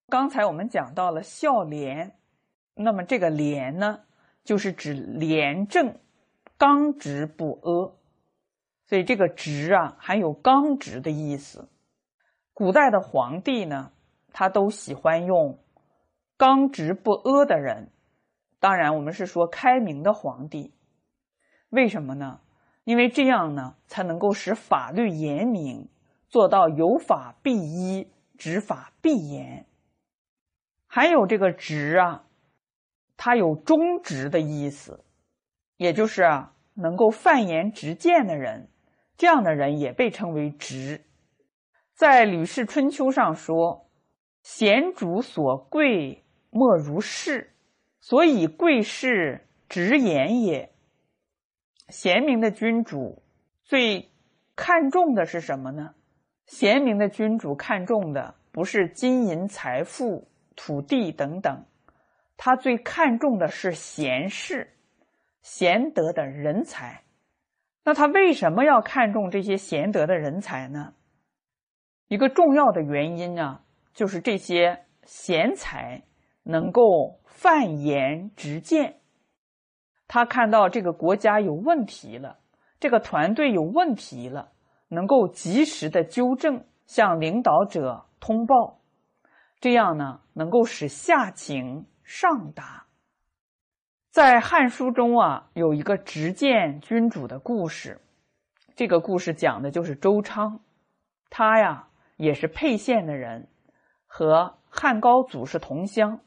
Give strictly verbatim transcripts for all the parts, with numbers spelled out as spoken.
刚才我们讲到了孝廉，那么这个廉呢，就是指廉政、刚直不阿，所以这个直啊，含有刚直的意思。古代的皇帝呢，他都喜欢用刚直不阿的人，当然我们是说开明的皇帝。为什么呢？因为这样呢，才能够使法律严明，做到有法必依，执法必严。还有这个直啊，它有忠直的意思，也就是啊，能够犯言直谏的人，这样的人也被称为直。在《吕氏春秋》上说，贤主所贵莫如是，所以贵士直言也。贤明的君主最看重的是什么呢？贤明的君主看重的不是金银财富、土地等等，他最看重的是贤士、贤德的人才。那他为什么要看重这些贤德的人才呢？一个重要的原因呢，就是这些贤才能够犯言直谏。他看到这个国家有问题了，这个团队有问题了，能够及时的纠正，向领导者通报，这样呢，能够使下情上达。在《汉书》中啊，有一个直谏君主的故事，这个故事讲的就是周昌，他呀也是沛县的人，和汉高祖是同乡。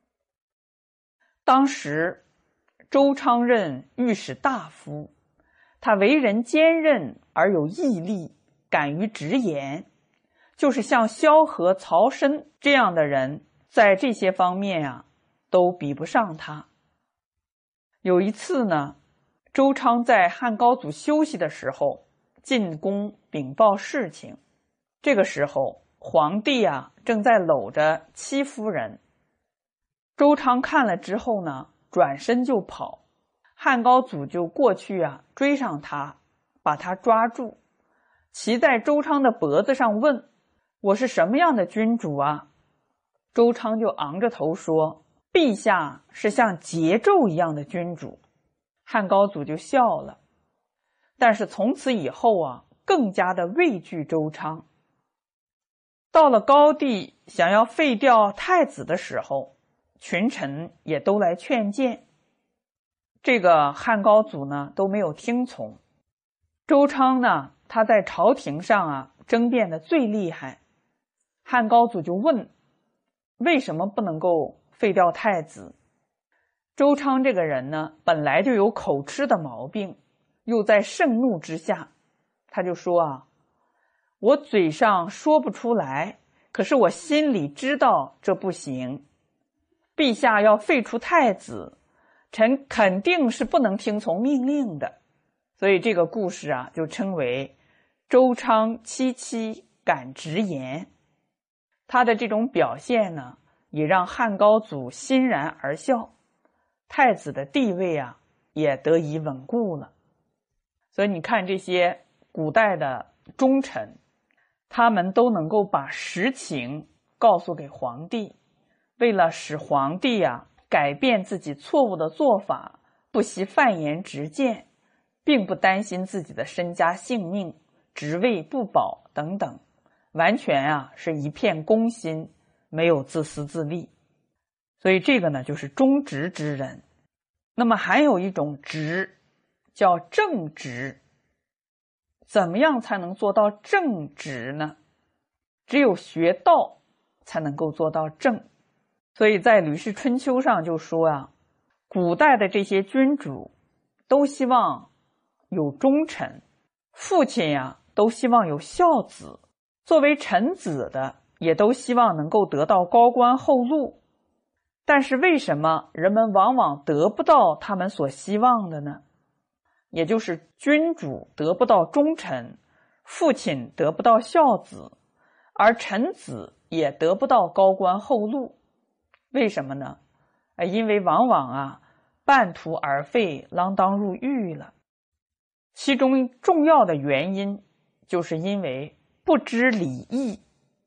当时周昌任御史大夫，他为人坚韧而有毅力，敢于直言，就是像萧何、曹参这样的人，在这些方面啊都比不上他。有一次呢，周昌在汉高祖休息的时候进宫禀报事情，这个时候皇帝啊正在搂着戚夫人，周昌看了之后呢，转身就跑，汉高祖就过去啊追上他，把他抓住，骑在周昌的脖子上问：我是什么样的君主啊？周昌就昂着头说：陛下是像桀纣一样的君主。汉高祖就笑了，但是从此以后啊，更加的畏惧周昌。到了高帝想要废掉太子的时候，群臣也都来劝谏，这个汉高祖呢都没有听从。周昌呢，他在朝廷上啊争辩的最厉害，汉高祖就问：为什么不能够废掉太子？周昌这个人呢，本来就有口吃的毛病，又在盛怒之下，他就说啊，我嘴上说不出来，可是我心里知道这不行。陛下要废除太子，臣肯定是不能听从命令的。所以这个故事啊，就称为周昌戚戚敢直言。他的这种表现呢，也让汉高祖欣然而笑，太子的地位啊也得以稳固了。所以你看这些古代的忠臣，他们都能够把实情告诉给皇帝，为了使皇帝啊改变自己错误的做法，不惜犯言直谏，并不担心自己的身家性命、职位不保等等，完全啊是一片公心，没有自私自利。所以这个呢就是忠直之人。那么还有一种直叫正直。怎么样才能做到正直呢？只有学道才能够做到正。所以在《吕氏春秋》上就说啊，古代的这些君主都希望有忠臣，父亲呀、啊、都希望有孝子，作为臣子的也都希望能够得到高官厚禄。但是为什么人们往往得不到他们所希望的呢？也就是君主得不到忠臣，父亲得不到孝子，而臣子也得不到高官厚禄。为什么呢？因为往往啊半途而废，锒铛入狱了。其中重要的原因就是因为不知礼义。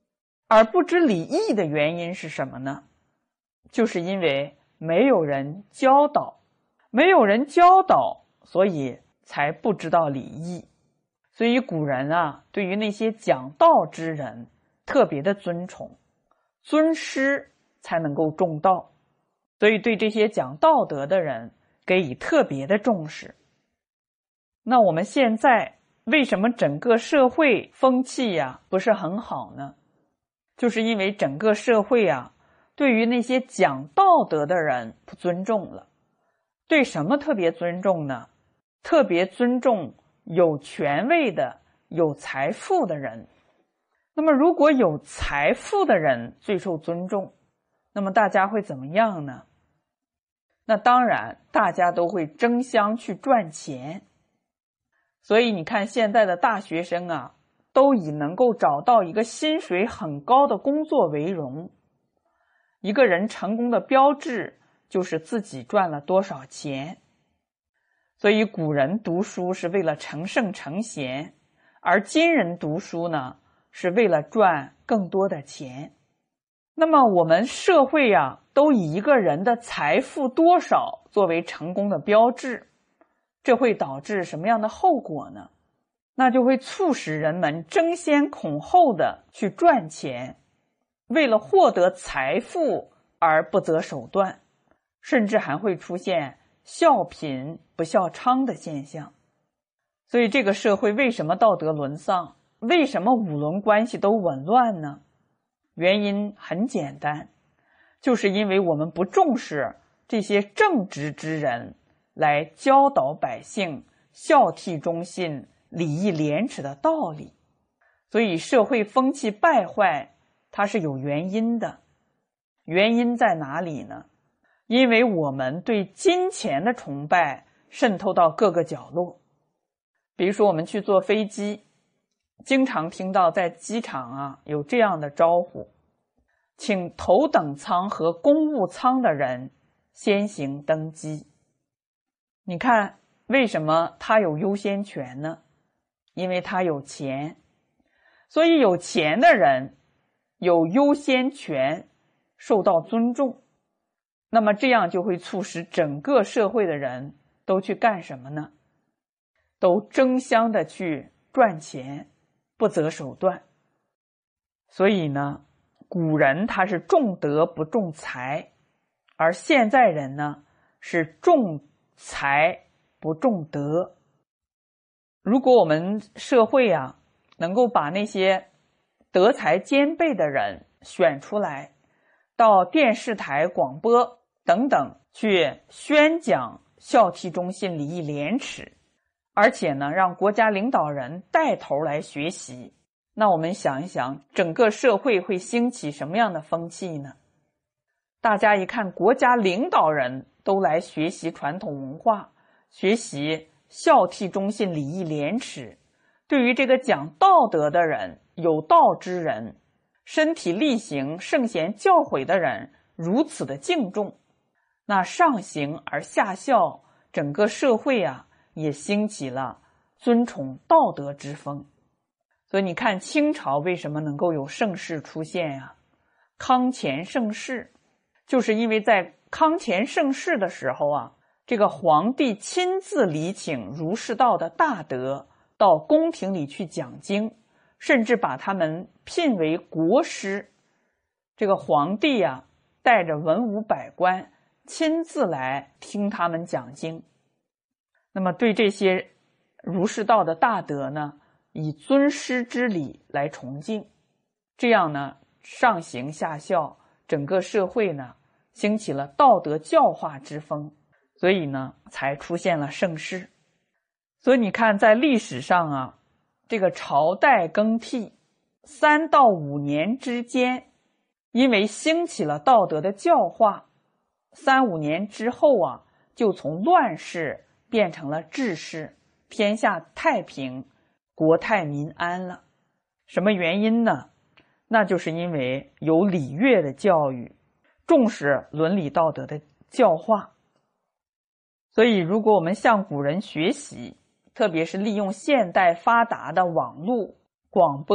而不知礼义的原因是什么呢？就是因为没有人教导，没有人教导，所以才不知道礼义。所以古人啊，对于那些讲道之人特别的尊崇，尊师才能够重道，所以对这些讲道德的人给予特别的重视。那我们现在为什么整个社会风气呀、不是很好呢？就是因为整个社会啊，对于那些讲道德的人不尊重了。对什么特别尊重呢？特别尊重有权位的、有财富的人。那么如果有财富的人最受尊重，那么大家会怎么样呢？那当然大家都会争相去赚钱。所以你看现在的大学生啊，都以能够找到一个薪水很高的工作为荣。一个人成功的标志就是自己赚了多少钱。所以古人读书是为了成圣成贤，而今人读书呢，是为了赚更多的钱。那么我们社会啊，都以一个人的财富多少作为成功的标志，这会导致什么样的后果呢？那就会促使人们争先恐后的去赚钱，为了获得财富而不择手段，甚至还会出现笑贫不笑娼的现象。所以这个社会为什么道德沦丧？为什么五伦关系都紊乱呢？原因很简单，就是因为我们不重视这些正直之人来教导百姓孝悌忠信、礼义廉耻的道理。所以社会风气败坏，它是有原因的。原因在哪里呢？因为我们对金钱的崇拜渗透到各个角落。比如说我们去坐飞机，经常听到在机场啊有这样的招呼，请头等舱和公务舱的人先行登机。你看为什么他有优先权呢？因为他有钱。所以有钱的人有优先权，受到尊重。那么这样就会促使整个社会的人都去干什么呢？都争相的去赚钱，不择手段。所以呢，古人他是重德不重财，而现在人呢是重财不重德。如果我们社会啊能够把那些德才兼备的人选出来，到电视台、广播等等去宣讲孝悌忠信、礼义廉耻，而且呢让国家领导人带头来学习，那我们想一想，整个社会会兴起什么样的风气呢？大家一看国家领导人都来学习传统文化，学习孝悌忠信、礼义廉耻，对于这个讲道德的人、有道之人、身体力行、圣贤教诲的人如此的敬重，那上行而下效，整个社会啊也兴起了尊崇道德之风。所以你看清朝为什么能够有盛世出现呀、啊？康乾盛世，就是因为在康乾盛世的时候啊，这个皇帝亲自礼请儒释道的大德到宫廷里去讲经，甚至把他们聘为国师。这个皇帝啊带着文武百官亲自来听他们讲经。那么对这些儒释道的大德呢，以尊师之礼来崇敬，这样呢上行下效，整个社会呢兴起了道德教化之风，所以呢才出现了盛世。所以你看在历史上啊，这个朝代更替三到五年之间，因为兴起了道德的教化，三五年之后啊，就从乱世变成了治世，天下太平，国泰民安了。什么原因呢？那就是因为有礼乐的教育，重视伦理道德的教化。所以如果我们向古人学习，特别是利用现代发达的网络、广播、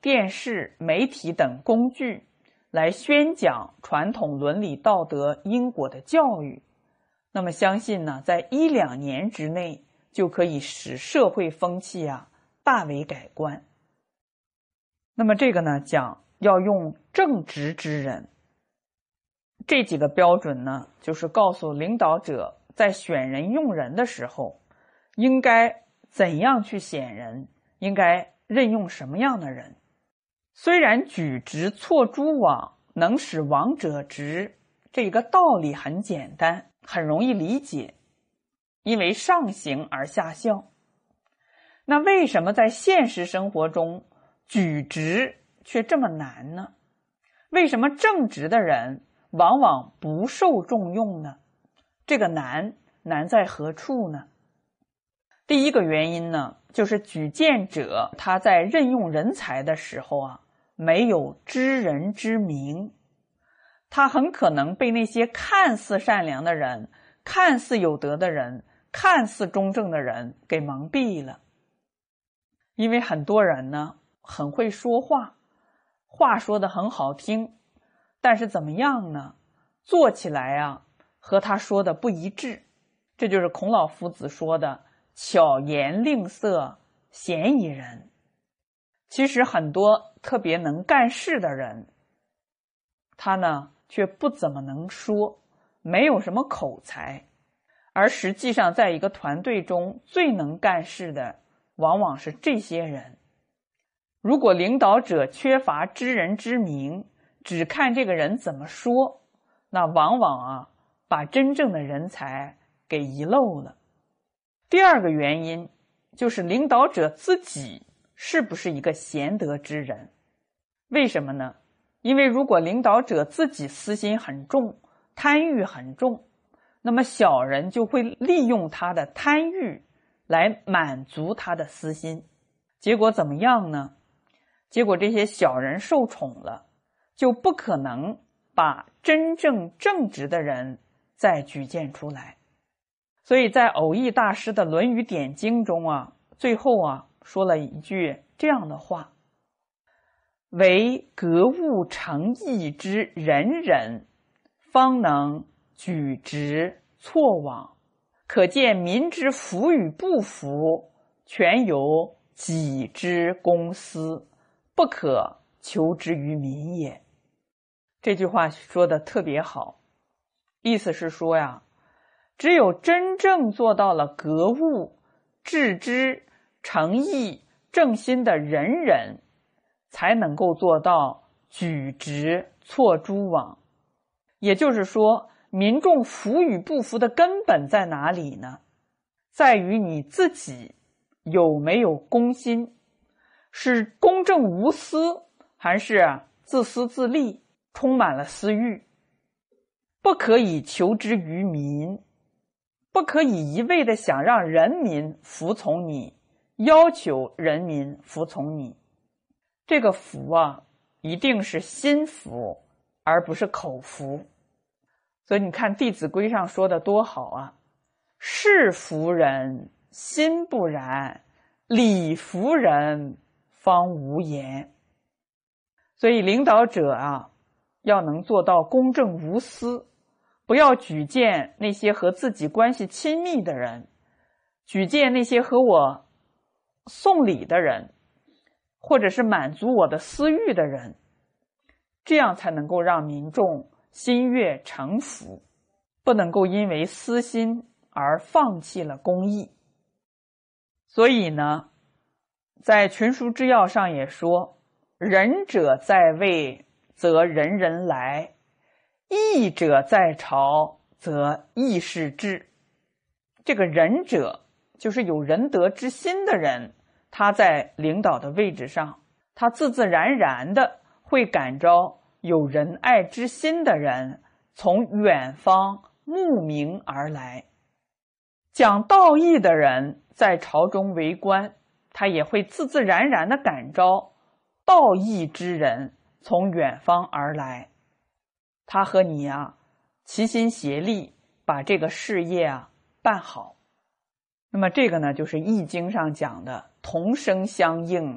电视、媒体等工具来宣讲传统伦理道德因果的教育，那么相信呢，在一两年之内就可以使社会风气啊大为改观。那么这个呢，讲要用正直之人，这几个标准呢，就是告诉领导者在选人用人的时候，应该怎样去选人，应该任用什么样的人。虽然举直错诸枉，能使枉者直，这个道理很简单，很容易理解，因为上行而下效。那为什么在现实生活中举直却这么难呢？为什么正直的人往往不受重用呢？这个难难在何处呢？第一个原因呢，就是举荐者他在任用人才的时候啊，没有知人之明，他很可能被那些看似善良的人、看似有德的人、看似忠正的人给蒙蔽了。因为很多人呢很会说话，话说得很好听，但是怎么样呢？做起来啊和他说的不一致。这就是孔老夫子说的巧言令色，鲜矣仁。其实很多特别能干事的人，他呢却不怎么能说，没有什么口才，而实际上在一个团队中最能干事的往往是这些人。如果领导者缺乏知人之明，只看这个人怎么说，那往往啊把真正的人才给遗漏了。第二个原因就是领导者自己是不是一个贤德之人。为什么呢？因为如果领导者自己私心很重，贪欲很重，那么小人就会利用他的贪欲来满足他的私心。结果怎么样呢？结果这些小人受宠了，就不可能把真正正直的人再举荐出来。所以在偶益大师的《论语典经》中啊，最后啊说了一句这样的话：唯格物诚义之仁人，方能举直错枉。可见民之服与不服，全由己之公私，不可求之于民也。这句话说的特别好，意思是说呀，只有真正做到了格物、致知、诚意、正心的仁人，才能够做到举直错诸枉。也就是说，民众服与不服的根本在哪里呢？在于你自己有没有公心，是公正无私，还是自私自利，充满了私欲。不可以求之于民，不可以一味的想让人民服从你，要求人民服从你。这个服啊，一定是心服，而不是口服。所以你看《弟子规》上说的多好啊，事服人，心不然，理服人，方无言。所以领导者啊，要能做到公正无私，不要举荐那些和自己关系亲密的人，举荐那些和我送礼的人，或者是满足我的私欲的人，这样才能够让民众心悦诚服，不能够因为私心而放弃了公义。所以呢，在群书之要上也说，仁者在位，则仁人来；义者在朝，则义士至。这个仁者就是有仁德之心的人，他在领导的位置上，他自自然然的会感召有仁爱之心的人从远方慕名而来。讲道义的人在朝中为官，他也会自自然然的感召道义之人从远方而来，他和你啊齐心协力把这个事业啊办好。那么这个呢，就是《易经》上讲的同声相应，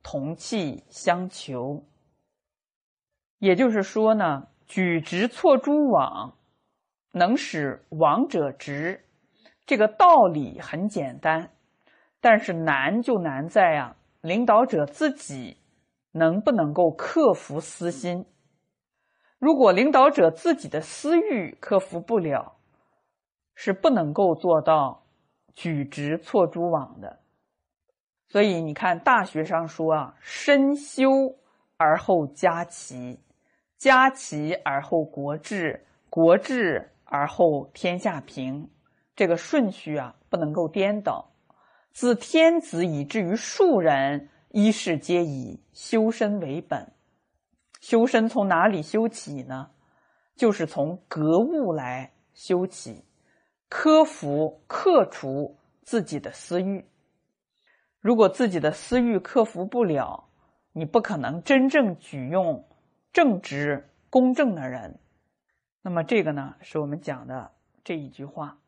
同气相求。也就是说呢，举直错诸枉，能使枉者直，这个道理很简单，但是难就难在啊，领导者自己能不能够克服私心。如果领导者自己的私欲克服不了，是不能够做到举直错诸枉的。所以你看大学上说啊，身修而后家齐，家齐而后国治，国治而后天下平，这个顺序啊不能够颠倒。自天子以至于庶人，一事皆以修身为本。修身从哪里修起呢？就是从格物来修起，克服克除自己的私欲。如果自己的私欲克服不了，你不可能真正举用正直公正的人。那么这个呢，是我们讲的这一句话。